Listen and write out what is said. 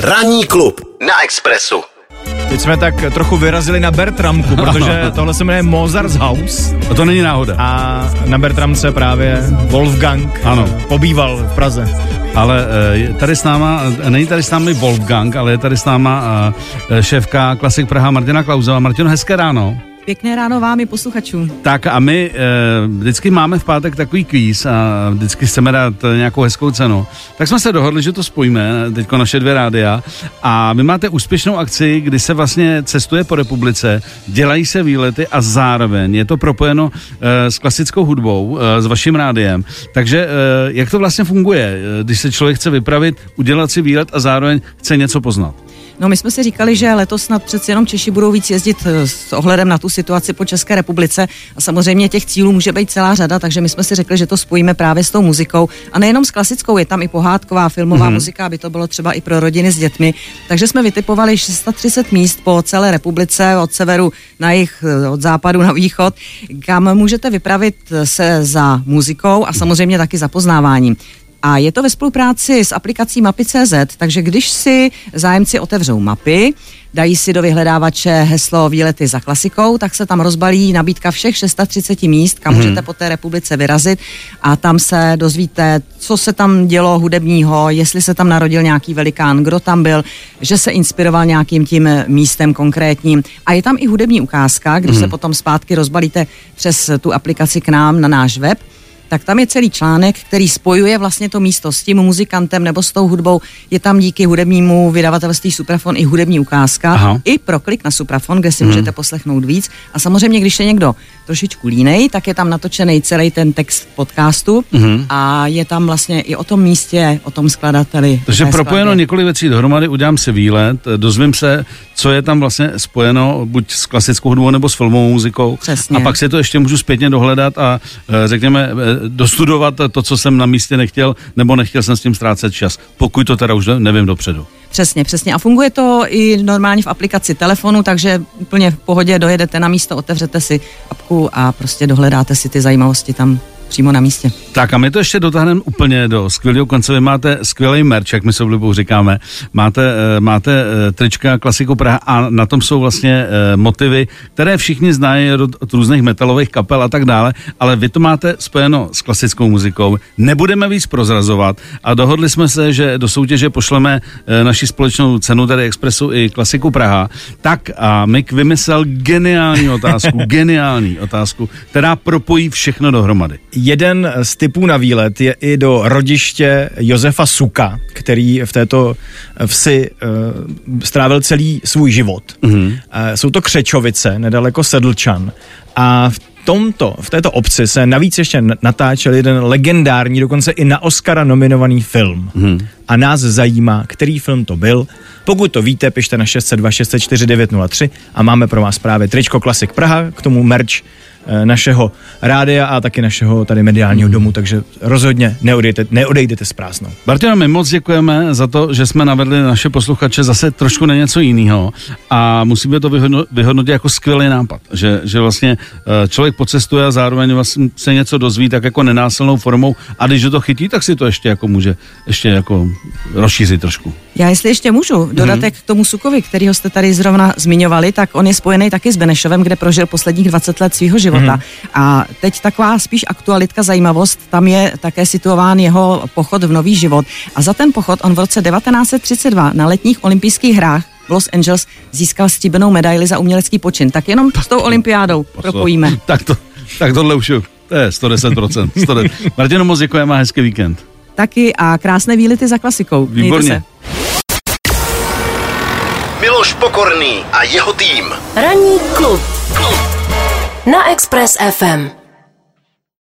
Ranní klub na Expressu. Teď jsme tak trochu vyrazili na Bertramku, protože tohle se jmenuje Mozart's House. A to není náhoda. A na Bertramce právě Wolfgang pobýval v Praze. Ale tady s náma, není tady s námi Wolfgang, ale je tady s náma šéfka Klasik Praha Martina Klausová. Martino, hezké ráno. Pěkné ráno vám i posluchačům. Tak a my vždycky máme v pátek takový kvíz a vždycky chceme dát nějakou hezkou cenu. Tak jsme se dohodli, že to spojíme, teďko naše 2 rádia. A vy máte úspěšnou akci, kdy se vlastně cestuje po republice, dělají se výlety a zároveň je to propojeno s klasickou hudbou, s vaším rádiem. Takže jak to vlastně funguje, když se člověk chce vypravit, udělat si výlet a zároveň chce něco poznat? No, my jsme si říkali, že letos snad přeci jenom Češi budou víc jezdit s ohledem na tu situaci po České republice a samozřejmě těch cílů může být celá řada, takže my jsme si řekli, že to spojíme právě s tou muzikou a nejenom s klasickou, je tam i pohádková filmová muzika, aby to bylo třeba i pro rodiny s dětmi, takže jsme vytipovali 630 míst po celé republice, od severu na jih, od západu na východ, kam můžete vypravit se za muzikou a samozřejmě taky za poznáváním. A je to ve spolupráci s aplikací Mapy.cz, takže když si zájemci otevřou mapy, dají si do vyhledávače heslo výlety za klasikou, tak se tam rozbalí nabídka všech 630 míst, kam můžete po té republice vyrazit a tam se dozvíte, co se tam dělo hudebního, jestli se tam narodil nějaký velikán, kdo tam byl, že se inspiroval nějakým tím místem konkrétním. A je tam i hudební ukázka, když se potom zpátky rozbalíte přes tu aplikaci k nám na náš web, tak tam je celý článek, který spojuje vlastně to místo s tím muzikantem nebo s tou hudbou. Je tam díky hudebnímu vydavatelství Suprafon i hudební ukázka, i pro klik na Suprafon, kde si můžete poslechnout víc. A samozřejmě, když je někdo trošičku línej, tak je tam natočený celý ten text podcastu a je tam vlastně i o tom místě, o tom skladateli. Takže propojeno několik věcí dohromady, udělám si výlet, dozvím se, co je tam vlastně spojeno, buď s klasickou hudbou nebo s filmovou muzikou. Přesně. A pak si to ještě můžu zpětně dohledat a řekněme dostudovat to, co jsem na místě nechtěl, nebo nechtěl jsem s tím ztrácet čas, pokud to teda už nevím dopředu. Přesně. A funguje to i normálně v aplikaci telefonu, takže úplně v pohodě dojedete na místo, otevřete si apku a prostě dohledáte si ty zajímavosti tam přímo na místě. Tak a my to ještě dotáhneme úplně do skvělého konce. Vy máte skvělý merch, jak my s oblibou říkáme. Máte trička Klasiku Praha a na tom jsou vlastně motivy, které všichni znají od různých metalových kapel a tak dále, ale vy to máte spojeno s klasickou muzikou. Nebudeme víc prozrazovat a dohodli jsme se, že do soutěže pošleme naši společnou cenu, tedy Expressu i Klasiku Praha. Tak a Mik vymyslel geniální otázku, která propojí všechno dohromady. Jeden z typů na výlet je i do rodiště Josefa Suka, který v této vsi strávil celý svůj život. Jsou to Křečovice, nedaleko Sedlčan. A v této obci se navíc ještě natáčel jeden legendární, dokonce i na Oscara nominovaný film. A nás zajímá, který film to byl. Pokud to víte, pište na 602 604 903 a máme pro vás právě tričko Klasik Praha, k tomu merch našeho rádia a taky našeho tady mediálního domu, takže rozhodně neodejdete s prázdnou. Martino, my moc děkujeme za to, že jsme navedli naše posluchače zase trošku na něco jiného a musíme to vyhodnotit jako skvělý nápad, že vlastně člověk pocestuje a zároveň vlastně se něco dozví tak jako nenásilnou formou a když to chytí, tak si to ještě jako může rozšířit trošku. Já jestli ještě můžu, dodatek k tomu Sukovi, kterýho jste tady zrovna zmiňovali, tak on je spojený taky s Benešovem, kde prožil posledních 20 let svýho života. A teď taková spíš aktualitka, zajímavost, tam je také situován jeho pochod v nový život. A za ten pochod on v roce 1932 na letních olympijských hrách v Los Angeles získal stříbrnou medaili za umělecký počin. Tak jenom s tou olympiádou propojíme. Tak tohle už to je 110%. Martino, moc děkujeme a hezký víkend. Taky a krásné výlety za klasikou. Výborně. Miloš Pokorný a jeho tým. Ranní klub na Express FM.